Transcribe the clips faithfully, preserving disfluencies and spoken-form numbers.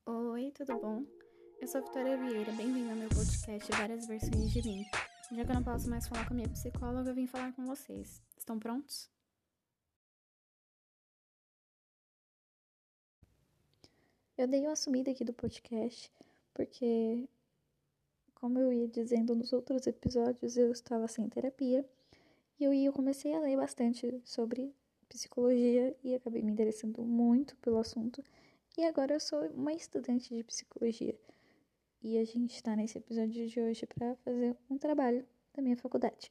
Oi, tudo bom? Eu sou a Vitória Vieira, bem-vinda ao meu podcast Várias Versões de Mim. Já que eu não posso mais falar com a minha psicóloga, eu vim falar com vocês. Estão prontos? Eu dei uma sumida aqui do podcast, porque, como eu ia dizendo nos outros episódios, eu estava sem terapia. E eu, eu comecei a ler bastante sobre psicologia e acabei me interessando muito pelo assunto. E agora eu sou uma estudante de psicologia. E a gente está nesse episódio de hoje para fazer um trabalho da minha faculdade.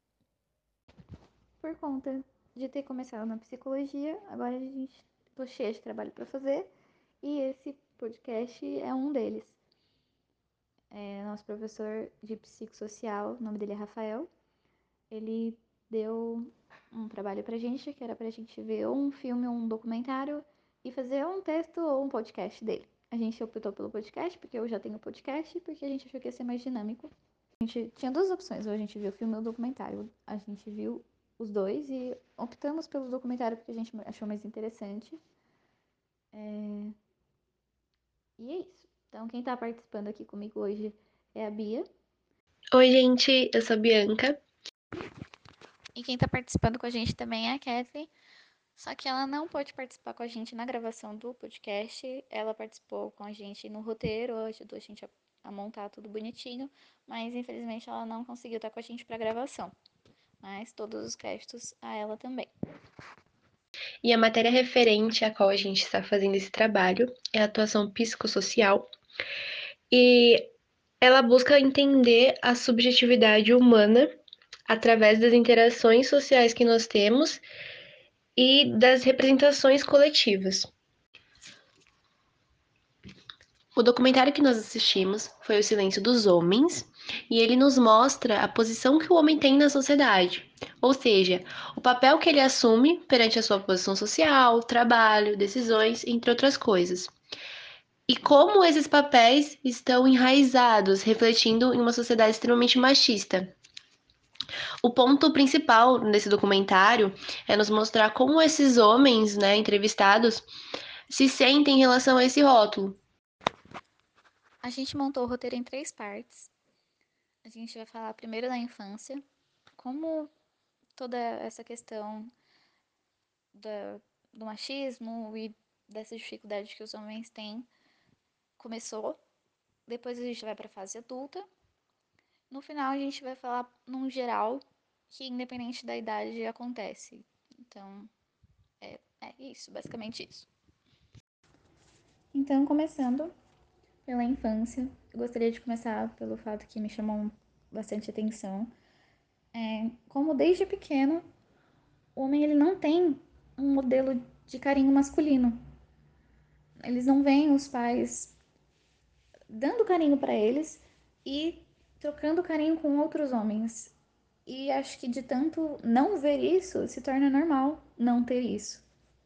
Por conta de ter começado na psicologia, agora a gente tô cheia de trabalho para fazer e esse podcast é um deles. É nosso professor de psicossocial, o nome dele é Rafael. Ele deu um trabalho pra gente, que era pra gente ver um filme ou um documentário e fazer um texto ou um podcast dele. A gente optou pelo podcast, porque eu já tenho podcast, porque a gente achou que ia ser mais dinâmico. A gente tinha duas opções, ou a gente viu o filme ou o documentário. A gente viu os dois e optamos pelo documentário porque a gente achou mais interessante. É... E é isso. Então, quem tá participando aqui comigo hoje é a Bia. Oi, gente, eu sou a Bianca. E quem tá participando com a gente também é a Kathleen. Só que ela não pôde participar com a gente na gravação do podcast. Ela participou com a gente no roteiro, ajudou a gente a, a montar tudo bonitinho. Mas infelizmente ela não conseguiu estar com a gente pra gravação. Mas todos os créditos a ela também. E a matéria referente a qual a gente está fazendo esse trabalho é a atuação psicossocial. E ela busca entender a subjetividade humana através das interações sociais que nós temos e das representações coletivas. O documentário que nós assistimos foi O Silêncio dos Homens, e ele nos mostra a posição que o homem tem na sociedade, ou seja, o papel que ele assume perante a sua posição social, trabalho, decisões, entre outras coisas. E como esses papéis estão enraizados, refletindo em uma sociedade extremamente machista. O ponto principal desse documentário é nos mostrar como esses homens, né, entrevistados, se sentem em relação a esse rótulo. A gente montou o roteiro em três partes. A gente vai falar primeiro da infância, como toda essa questão da, do machismo e dessa dificuldade que os homens têm começou. Depois a gente vai para a fase adulta. No final a gente vai falar num geral que independente da idade acontece. Então é, é isso, basicamente isso. Então, começando pela infância, eu gostaria de começar pelo fato que me chamou bastante atenção. É, como desde pequeno, o homem ele não tem um modelo de carinho masculino. Eles não veem os pais dando carinho para eles e trocando carinho com outros homens. E acho que de tanto não ver isso, se torna normal não ter isso.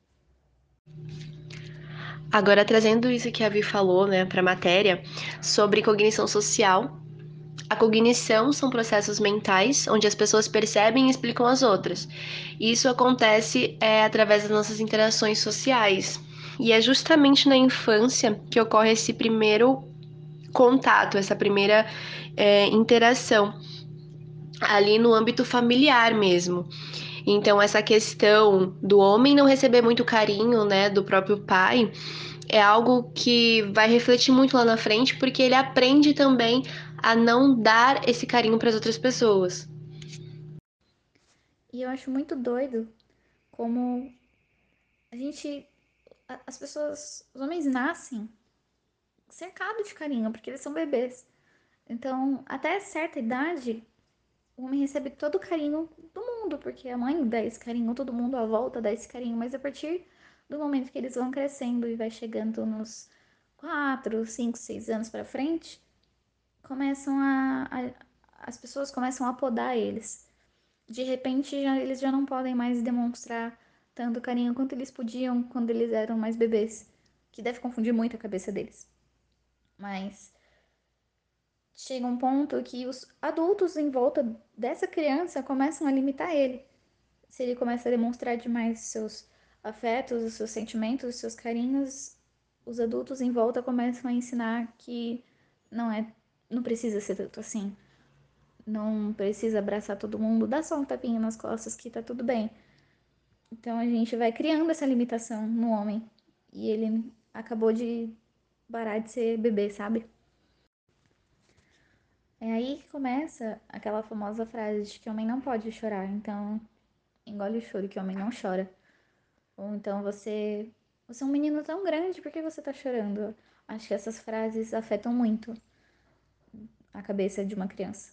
Agora, trazendo isso que a Vi falou, né, para a matéria, sobre cognição social. A cognição são processos mentais onde as pessoas percebem e explicam as outras. E isso acontece é, através das nossas interações sociais. E é justamente na infância que ocorre esse primeiro contato, essa primeira é, interação, ali no âmbito familiar mesmo. Então, essa questão do homem não receber muito carinho, né, do próprio pai, é algo que vai refletir muito lá na frente, porque ele aprende também a não dar esse carinho para as outras pessoas. E eu acho muito doido como a gente. As pessoas. Os homens nascem cercados de carinho, porque eles são bebês. Então, até certa idade, o homem recebe todo o carinho do mundo, porque a mãe dá esse carinho, todo mundo à volta dá esse carinho, mas a partir do momento que eles vão crescendo e vai chegando nos quatro, cinco, seis anos para frente, começam a, a, as pessoas começam a podar eles. De repente, já, eles já não podem mais demonstrar tanto carinho quanto eles podiam quando eles eram mais bebês, que deve confundir muito a cabeça deles. Mas chega um ponto que os adultos em volta dessa criança começam a limitar ele. Se ele começa a demonstrar demais seus afetos, os seus sentimentos, os seus carinhos, os adultos em volta começam a ensinar que não é, não precisa ser tanto assim. Não precisa abraçar todo mundo, dá só um tapinha nas costas que tá tudo bem. Então a gente vai criando essa limitação no homem. E ele acabou de parar de ser bebê, sabe? É aí que começa aquela famosa frase de que homem não pode chorar. Então, engole o choro que homem não chora. Ou então você, você é um menino tão grande, por que você tá chorando? Acho que essas frases afetam muito a cabeça de uma criança.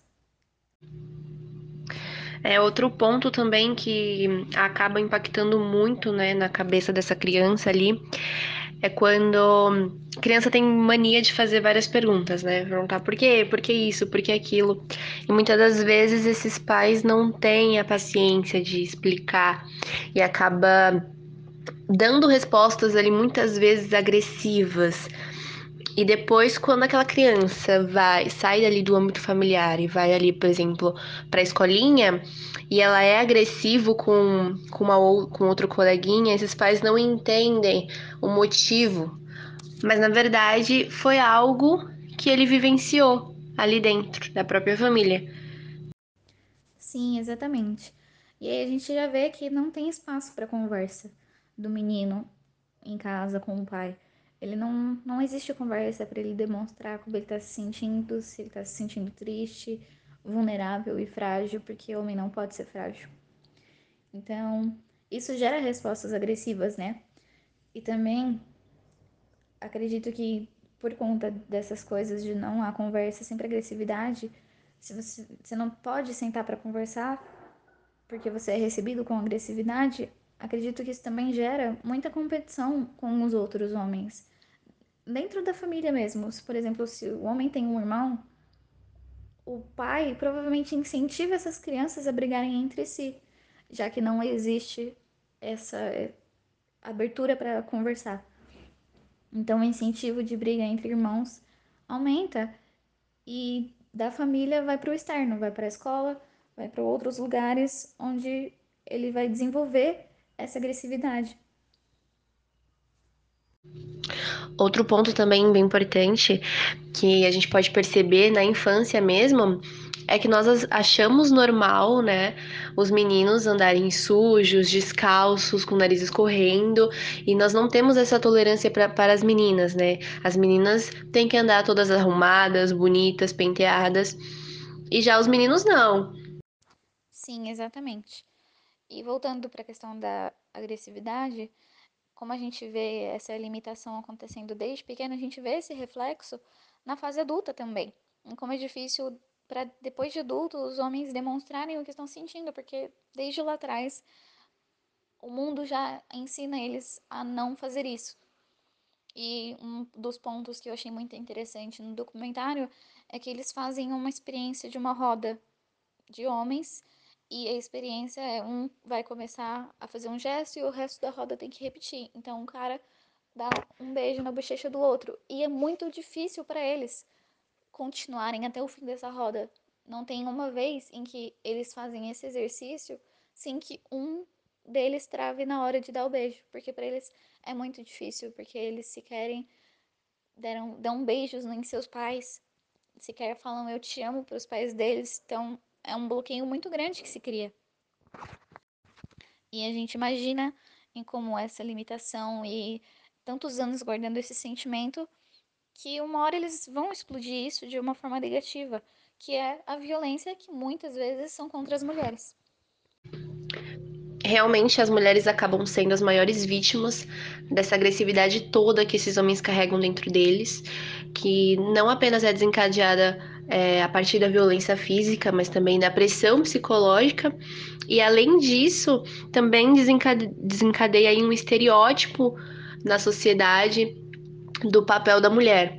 É outro ponto também que acaba impactando muito, né, na cabeça dessa criança ali, é quando a criança tem mania de fazer várias perguntas, né? Perguntar por quê, por que isso, por que aquilo. E muitas das vezes esses pais não têm a paciência de explicar e acaba dando respostas ali muitas vezes agressivas. E depois, quando aquela criança vai, sai ali do âmbito familiar e vai ali, por exemplo, para a escolinha, e ela é agressivo com, com, uma, com outro coleguinha, esses pais não entendem o motivo. Mas na verdade foi algo que ele vivenciou ali dentro da própria família. Sim, exatamente. E aí a gente já vê que não tem espaço para conversa do menino em casa com o pai. Ele não, não existe conversa para ele demonstrar como ele está se sentindo, se ele está se sentindo triste, vulnerável e frágil, porque homem não pode ser frágil. Então, isso gera respostas agressivas, né? E também acredito que por conta dessas coisas de não há conversa, sempre agressividade, se você, você não pode sentar para conversar porque você é recebido com agressividade, acredito que isso também gera muita competição com os outros homens. Dentro da família mesmo, se, por exemplo, se o homem tem um irmão, o pai provavelmente incentiva essas crianças a brigarem entre si, já que não existe essa abertura para conversar. Então, o incentivo de briga entre irmãos aumenta e da família vai para o externo, vai para a escola, vai para outros lugares onde ele vai desenvolver essa agressividade. Outro ponto também bem importante que a gente pode perceber na infância mesmo é que nós achamos normal, né, os meninos andarem sujos, descalços, com o nariz escorrendo, e nós não temos essa tolerância pra, para as meninas, né? As meninas têm que andar todas arrumadas, bonitas, penteadas, e já os meninos não. Sim, exatamente. E voltando para a questão da agressividade, como a gente vê essa limitação acontecendo desde pequeno, a gente vê esse reflexo na fase adulta também. Em como é difícil para depois de adulto os homens demonstrarem o que estão sentindo, porque desde lá atrás o mundo já ensina eles a não fazer isso. E um dos pontos que eu achei muito interessante no documentário é que eles fazem uma experiência de uma roda de homens e a experiência é um vai começar a fazer um gesto e o resto da roda tem que repetir. Então um cara dá um beijo na bochecha do outro e é muito difícil para eles continuarem até o fim dessa roda. Não tem uma vez em que eles fazem esse exercício sem que um deles trave na hora de dar o beijo, porque para eles é muito difícil, porque eles se querem deram, dão beijos em seus pais, sequer falam eu te amo para os pais deles, então é um bloqueio muito grande que se cria. E a gente imagina em como essa limitação e tantos anos guardando esse sentimento que uma hora eles vão explodir isso de uma forma negativa, que é a violência que muitas vezes são contra as mulheres. Realmente as mulheres acabam sendo as maiores vítimas dessa agressividade toda que esses homens carregam dentro deles, que não apenas é desencadeada é, a partir da violência física, mas também da pressão psicológica, e além disso, também desencade desencadeia aí um estereótipo na sociedade do papel da mulher.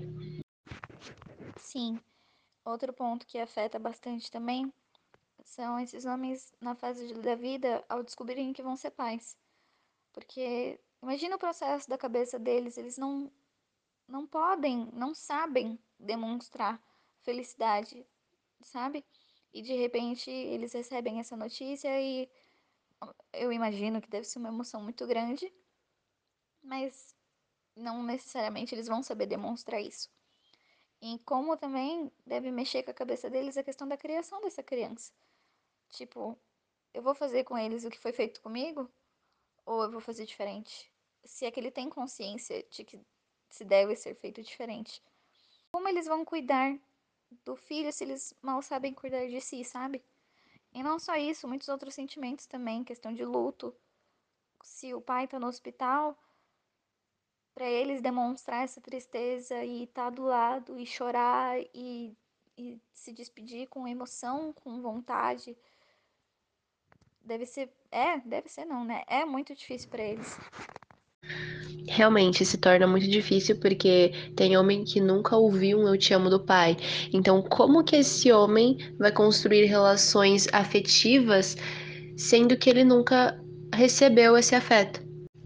Sim, outro ponto que afeta bastante também são esses homens na fase da vida ao descobrirem que vão ser pais. Porque imagina o processo da cabeça deles, eles não, não podem, não sabem demonstrar felicidade, sabe? E de repente eles recebem essa notícia e eu imagino que deve ser uma emoção muito grande, mas não necessariamente eles vão saber demonstrar isso. E como também deve mexer com a cabeça deles a questão da criação dessa criança. Tipo, eu vou fazer com eles o que foi feito comigo? Ou eu vou fazer diferente? Se é que ele tem consciência de que se deve ser feito diferente. Como eles vão cuidar do filho se eles mal sabem cuidar de si, sabe? E não só isso, muitos outros sentimentos também, questão de luto. Se o pai tá no hospital, para eles demonstrar essa tristeza e estar tá do lado e chorar e, e se despedir com emoção, com vontade, deve ser, é, deve ser não, né? É muito difícil para eles. Realmente se torna muito difícil porque tem homem que nunca ouviu um eu te amo do pai. Então, como que esse homem vai construir relações afetivas sendo que ele nunca recebeu esse afeto?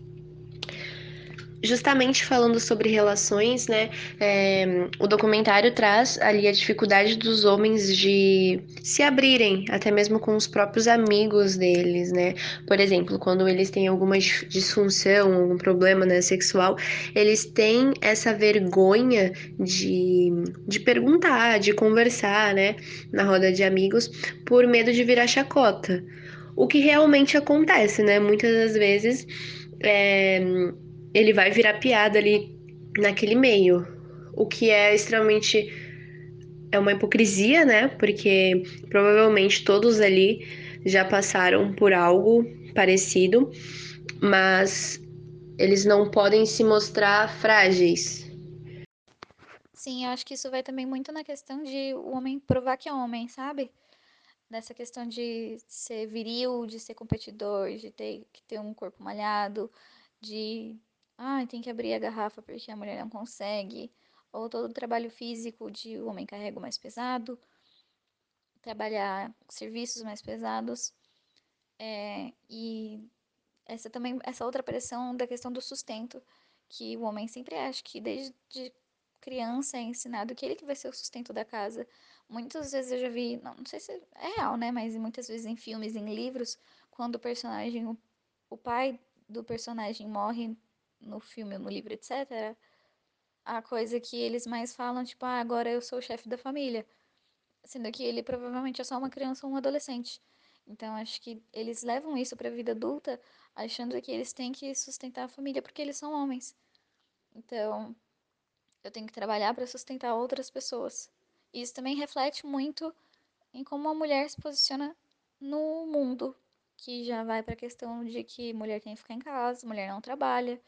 Justamente falando sobre relações, né? É, o documentário traz ali a dificuldade dos homens de se abrirem, até mesmo com os próprios amigos deles, né? Por exemplo, quando eles têm alguma disfunção, algum problema, né, sexual, eles têm essa vergonha de, de perguntar, de conversar, né, na roda de amigos, por medo de virar chacota. O que realmente acontece, né? Muitas das vezes. É, ele vai virar piada ali naquele meio. O que é extremamente. É uma hipocrisia, né? Porque provavelmente todos ali já passaram por algo parecido, mas eles não podem se mostrar frágeis. Sim, eu acho que isso vai também muito na questão de o homem provar que é homem, sabe? Nessa questão de ser viril, de ser competidor, de ter que ter um corpo malhado, de ah, tem que abrir a garrafa porque a mulher não consegue, ou todo o trabalho físico de o homem carrega o mais pesado, trabalhar serviços mais pesados, é, e essa também essa outra pressão da questão do sustento, que o homem sempre acha que desde criança é ensinado que ele que vai ser o sustento da casa. Muitas vezes eu já vi, não, não sei se é real, né, mas muitas vezes em filmes, em livros, quando o personagem, o, o pai do personagem morre no filme ou no livro, etcétera, a coisa que eles mais falam, tipo, ah, agora eu sou o chefe da família, sendo que ele provavelmente é só uma criança ou um adolescente. Então, acho que eles levam isso para a vida adulta, achando que eles têm que sustentar a família porque eles são homens. Então, eu tenho que trabalhar para sustentar outras pessoas. E isso também reflete muito em como a mulher se posiciona no mundo, que já vai para a questão de que mulher tem que ficar em casa, mulher não trabalha.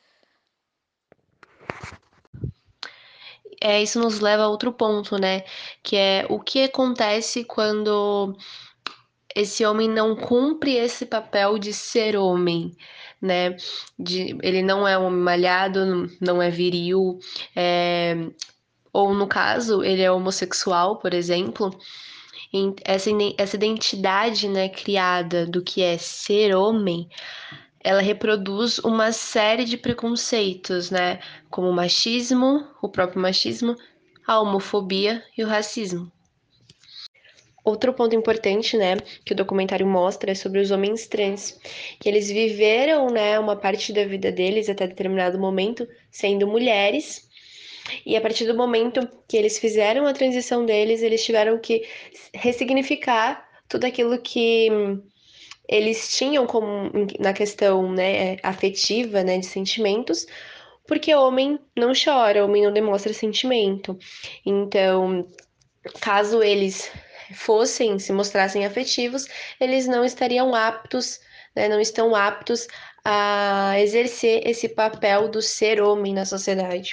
É, isso nos leva a outro ponto, né? Que é o que acontece quando esse homem não cumpre esse papel de ser homem, né? De, ele não é um homem malhado, não é viril, é, ou no caso, ele é homossexual, por exemplo. Essa, essa identidade, né, criada do que é ser homem, ela reproduz uma série de preconceitos, né? Como o machismo, o próprio machismo, a homofobia e o racismo. Outro ponto importante, né, que o documentário mostra é sobre os homens trans, que eles viveram, né, uma parte da vida deles até determinado momento sendo mulheres, e a partir do momento que eles fizeram a transição deles, eles tiveram que ressignificar tudo aquilo que eles tinham como na questão, né, afetiva, né, de sentimentos, porque homem não chora, homem não demonstra sentimento. Então, caso eles fossem, se mostrassem afetivos, eles não estariam aptos, né, não estão aptos a exercer esse papel do ser homem na sociedade.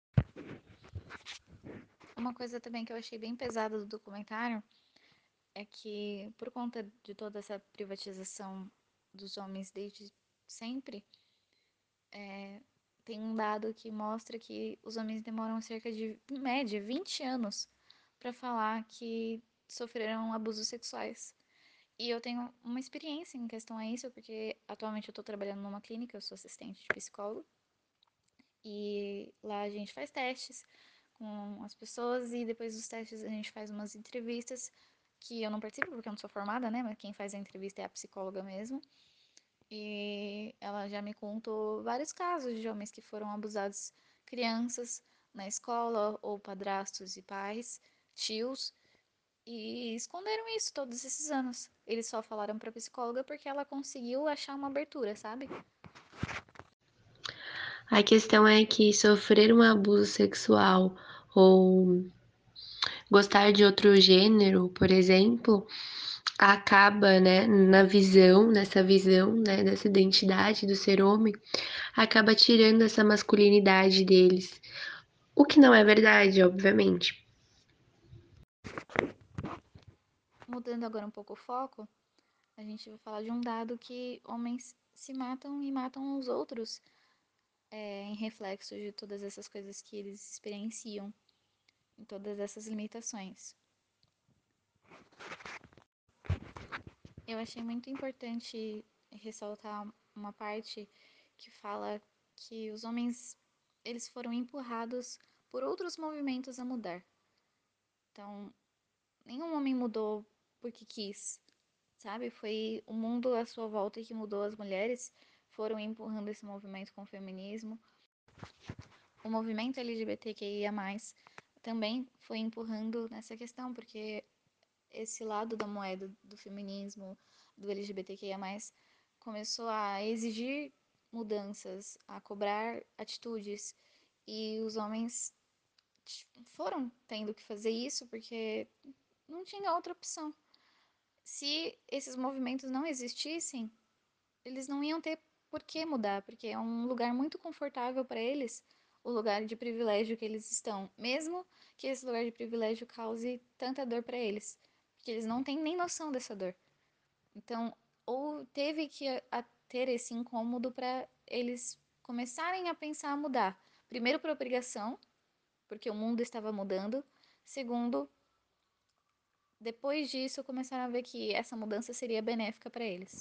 Uma coisa também que eu achei bem pesada do documentário é que, por conta de toda essa privatização dos homens desde sempre, é, tem um dado que mostra que os homens demoram cerca de, em média, vinte anos para falar que sofreram abusos sexuais. E eu tenho uma experiência em questão a isso, porque atualmente eu estou trabalhando numa clínica, eu sou assistente de psicólogo, e lá a gente faz testes com as pessoas e depois dos testes a gente faz umas entrevistas que eu não participo porque eu não sou formada, né? Mas quem faz a entrevista é a psicóloga mesmo. E ela já me contou vários casos de homens que foram abusados, crianças na escola, ou padrastos e pais, tios, e esconderam isso todos esses anos. Eles só falaram pra psicóloga porque ela conseguiu achar uma abertura, sabe? A questão é que sofrer um abuso sexual ou gostar de outro gênero, por exemplo, acaba, né, na visão, nessa visão, né, dessa identidade do ser homem, acaba tirando essa masculinidade deles. O que não é verdade, obviamente. Mudando agora um pouco o foco, a gente vai falar de um dado que homens se matam e matam os outros é, em reflexo de todas essas coisas que eles experienciam, em todas essas limitações. Eu achei muito importante ressaltar uma parte que fala que os homens eles foram empurrados por outros movimentos a mudar. Então, nenhum homem mudou porque quis, sabe? Foi o mundo à sua volta que mudou. As mulheres foram empurrando esse movimento com o feminismo. O movimento L G B T Q I A mais, também foi empurrando nessa questão, porque esse lado da moeda do feminismo, do L G B T Q I A mais, começou a exigir mudanças, a cobrar atitudes, e os homens foram tendo que fazer isso porque não tinha outra opção. Se esses movimentos não existissem, eles não iam ter por que mudar, porque é um lugar muito confortável para eles, o lugar de privilégio que eles estão, mesmo que esse lugar de privilégio cause tanta dor para eles, porque eles não têm nem noção dessa dor. Então, ou teve que a, a ter esse incômodo para eles começarem a pensar a mudar. Primeiro, por obrigação, porque o mundo estava mudando. Segundo, depois disso, começaram a ver que essa mudança seria benéfica para eles.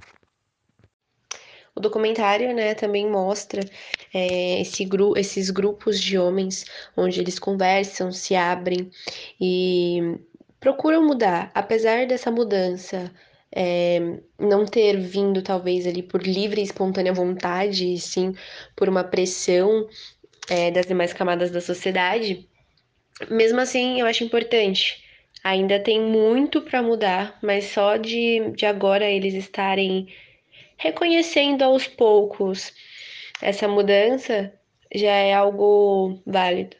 O documentário, né, também mostra é, esse gru esses grupos de homens onde eles conversam, se abrem e procuram mudar. Apesar dessa mudança é, não ter vindo, talvez, ali por livre e espontânea vontade, e sim por uma pressão é, das demais camadas da sociedade, mesmo assim, eu acho importante. Ainda tem muito para mudar, mas só de, de agora eles estarem reconhecendo aos poucos essa mudança já é algo válido.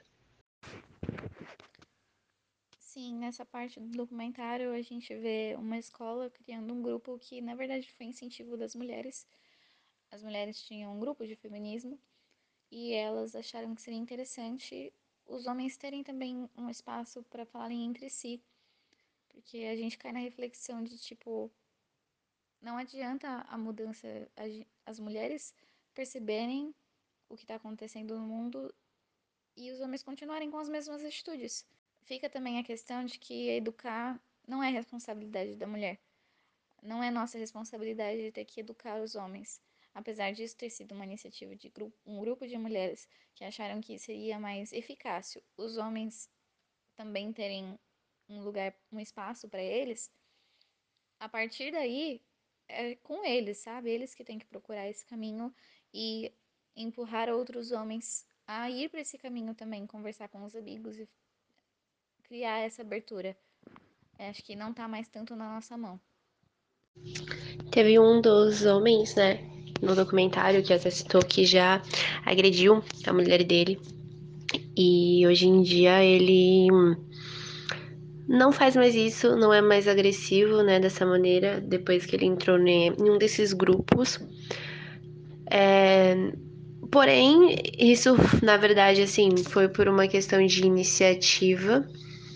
Sim, nessa parte do documentário a gente vê uma escola criando um grupo que, na verdade, foi incentivo das mulheres. As mulheres tinham um grupo de feminismo e elas acharam que seria interessante os homens terem também um espaço para falarem entre si, porque a gente cai na reflexão de tipo, não adianta a mudança, as mulheres perceberem o que está acontecendo no mundo e os homens continuarem com as mesmas atitudes. Fica também a questão de que educar não é responsabilidade da mulher. Não é nossa responsabilidade de ter que educar os homens. Apesar disso ter sido uma iniciativa de grupo, um grupo de mulheres que acharam que seria mais eficaz os homens também terem um lugar, um espaço para eles, a partir daí é com eles, sabe? Eles que têm que procurar esse caminho e empurrar outros homens a ir para esse caminho também, conversar com os amigos e criar essa abertura. Acho que não tá mais tanto na nossa mão. Teve um dos homens, né, no documentário que até citou que já agrediu a mulher dele e hoje em dia ele não faz mais isso, não é mais agressivo, né, dessa maneira, depois que ele entrou em um desses grupos. É... Porém, isso, na verdade, assim, foi por uma questão de iniciativa,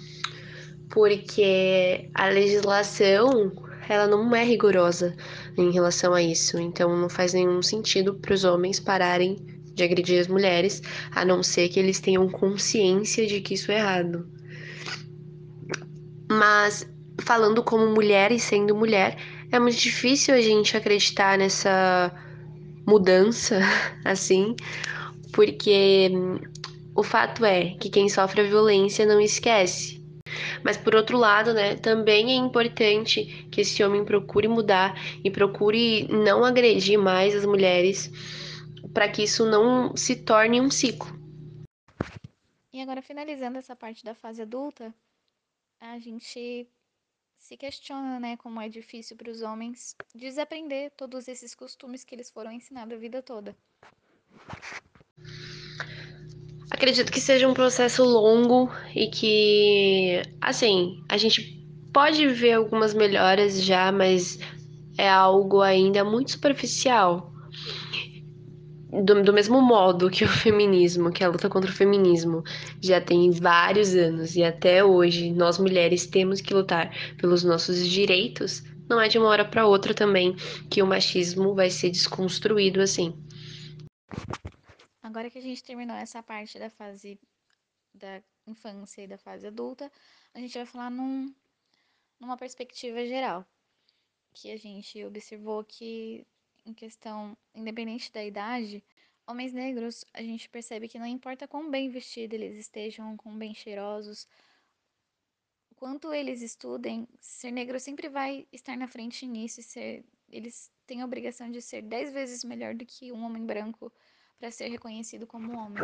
porque a legislação, ela não é rigorosa em relação a isso, então não faz nenhum sentido para os homens pararem de agredir as mulheres, a não ser que eles tenham consciência de que isso é errado. Mas falando como mulher e sendo mulher, é muito difícil a gente acreditar nessa mudança, assim, porque o fato é que quem sofre a violência não esquece. Mas por outro lado, né, também é importante que esse homem procure mudar e procure não agredir mais as mulheres para que isso não se torne um ciclo. E agora, finalizando essa parte da fase adulta, a gente se questiona, né, como é difícil para os homens desaprender todos esses costumes que eles foram ensinados a vida toda. Acredito que seja um processo longo e que, assim, a gente pode ver algumas melhoras já, mas é algo ainda muito superficial. Do, do mesmo modo que o feminismo, que a luta contra o feminismo já tem vários anos e até hoje nós mulheres temos que lutar pelos nossos direitos, não é de uma hora para outra também que o machismo vai ser desconstruído assim. Agora que a gente terminou essa parte da fase da infância e da fase adulta, a gente vai falar num, numa perspectiva geral, que a gente observou que, em questão, independente da idade, homens negros, a gente percebe que não importa quão bem vestidos eles estejam, quão bem cheirosos, quanto eles estudem, ser negro sempre vai estar na frente nisso e ser, eles têm a obrigação de ser dez vezes melhor do que um homem branco para ser reconhecido como homem.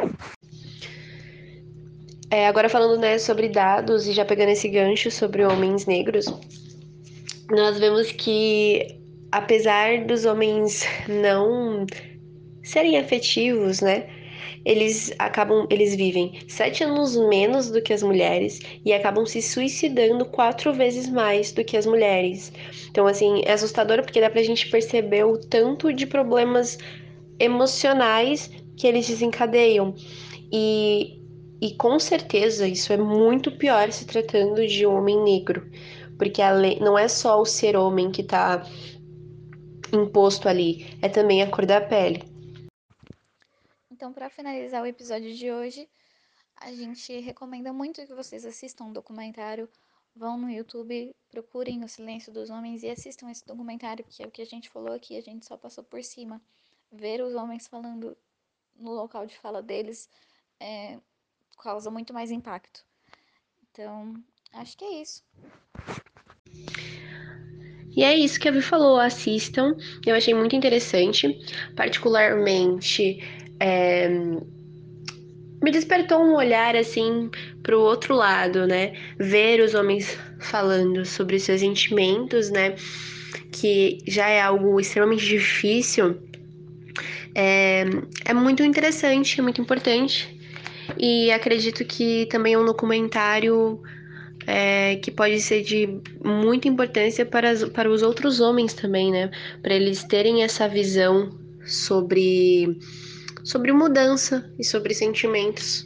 É, agora falando, né, sobre dados e já pegando esse gancho sobre homens negros, nós vemos que apesar dos homens não serem afetivos, né, eles acabam, eles vivem sete anos menos do que as mulheres e acabam se suicidando quatro vezes mais do que as mulheres. Então, assim, é assustador porque dá pra gente perceber o tanto de problemas emocionais que eles desencadeiam. E, e com certeza isso é muito pior se tratando de um homem negro, porque a lei, não é só o ser homem que tá imposto ali, é também a cor da pele. Então, para finalizar o episódio de hoje, a gente recomenda muito que vocês assistam um documentário, vão no YouTube, procurem O Silêncio dos Homens e assistam esse documentário, que é o que a gente falou aqui, a gente só passou por cima. Ver os homens falando no local de fala deles é, causa muito mais impacto. Então, acho que é isso. E é isso que a Vi falou, assistam. Eu achei muito interessante, particularmente é, me despertou um olhar assim pro outro lado, né? Ver os homens falando sobre seus sentimentos, né? Que já é algo extremamente difícil. É, é muito interessante, é muito importante. E acredito que também é um documentário é, que pode ser de muita importância para, as, para os outros homens também, né? Para eles terem essa visão sobre, sobre mudança e sobre sentimentos.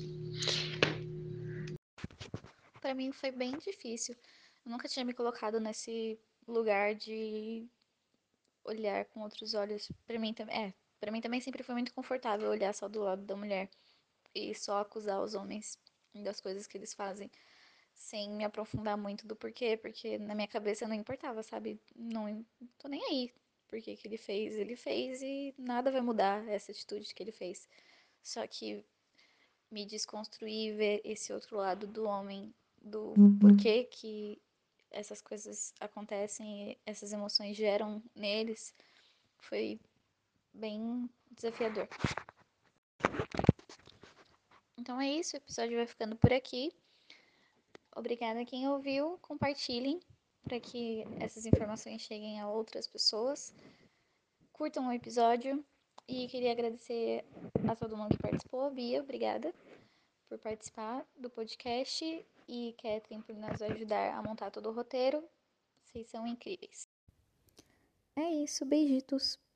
Para mim foi bem difícil. Eu nunca tinha me colocado nesse lugar de olhar com outros olhos. Para mim também, é, para mim também sempre foi muito confortável olhar só do lado da mulher e só acusar os homens das coisas que eles fazem, sem me aprofundar muito do porquê, porque na minha cabeça não importava, sabe? Não tô nem aí. Por que que ele fez? Ele fez e nada vai mudar essa atitude que ele fez. Só que me desconstruir e ver esse outro lado do homem, do porquê que essas coisas acontecem e essas emoções geram neles, foi bem desafiador. Então é isso, o episódio vai ficando por aqui. Obrigada a quem ouviu, compartilhem para que essas informações cheguem a outras pessoas. Curtam o episódio e queria agradecer a todo mundo que participou. Bia, obrigada por participar do podcast e Kathleen por nos ajudar a montar todo o roteiro. Vocês são incríveis. É isso, beijitos!